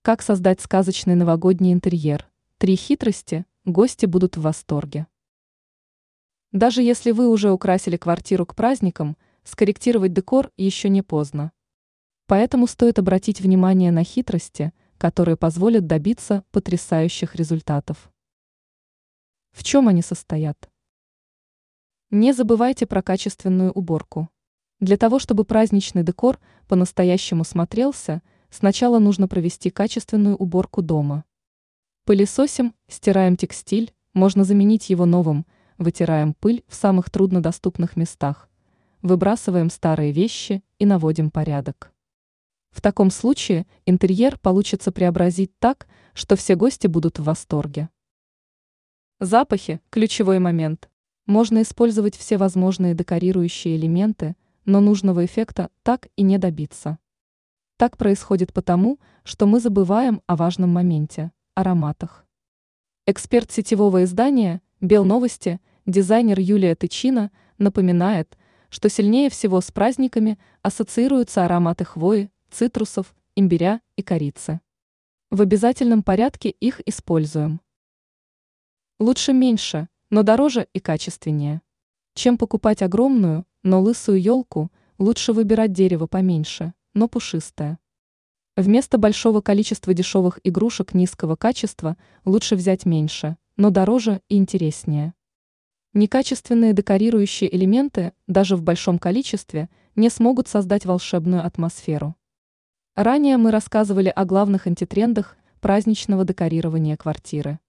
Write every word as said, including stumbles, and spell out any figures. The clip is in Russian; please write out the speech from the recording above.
Как создать сказочный новогодний интерьер? Три хитрости, гости будут в восторге. Даже если вы уже украсили квартиру к праздникам, скорректировать декор еще не поздно. Поэтому стоит обратить внимание на хитрости, которые позволят добиться потрясающих результатов. В чем они состоят? Не забывайте про качественную уборку. Для того, чтобы праздничный декор по-настоящему смотрелся, сначала нужно провести качественную уборку дома. Пылесосим, стираем текстиль, можно заменить его новым, вытираем пыль в самых труднодоступных местах, выбрасываем старые вещи и наводим порядок. В таком случае интерьер получится преобразить так, что все гости будут в восторге. Запахи – ключевой момент. Можно использовать все возможные декорирующие элементы, но нужного эффекта так и не добиться. Так происходит потому, что мы забываем о важном моменте – ароматах. Эксперт сетевого издания «Белновости», дизайнер Юлия Тычина, напоминает, что сильнее всего с праздниками ассоциируются ароматы хвои, цитрусов, имбиря и корицы. В обязательном порядке их используем. Лучше меньше, но дороже и качественнее. Чем покупать огромную, но лысую елку, лучше выбирать дерево поменьше, но пушистое. Вместо большого количества дешевых игрушек низкого качества лучше взять меньше, но дороже и интереснее. Некачественные декорирующие элементы даже в большом количестве не смогут создать волшебную атмосферу. Ранее мы рассказывали о главных антитрендах праздничного декорирования квартиры.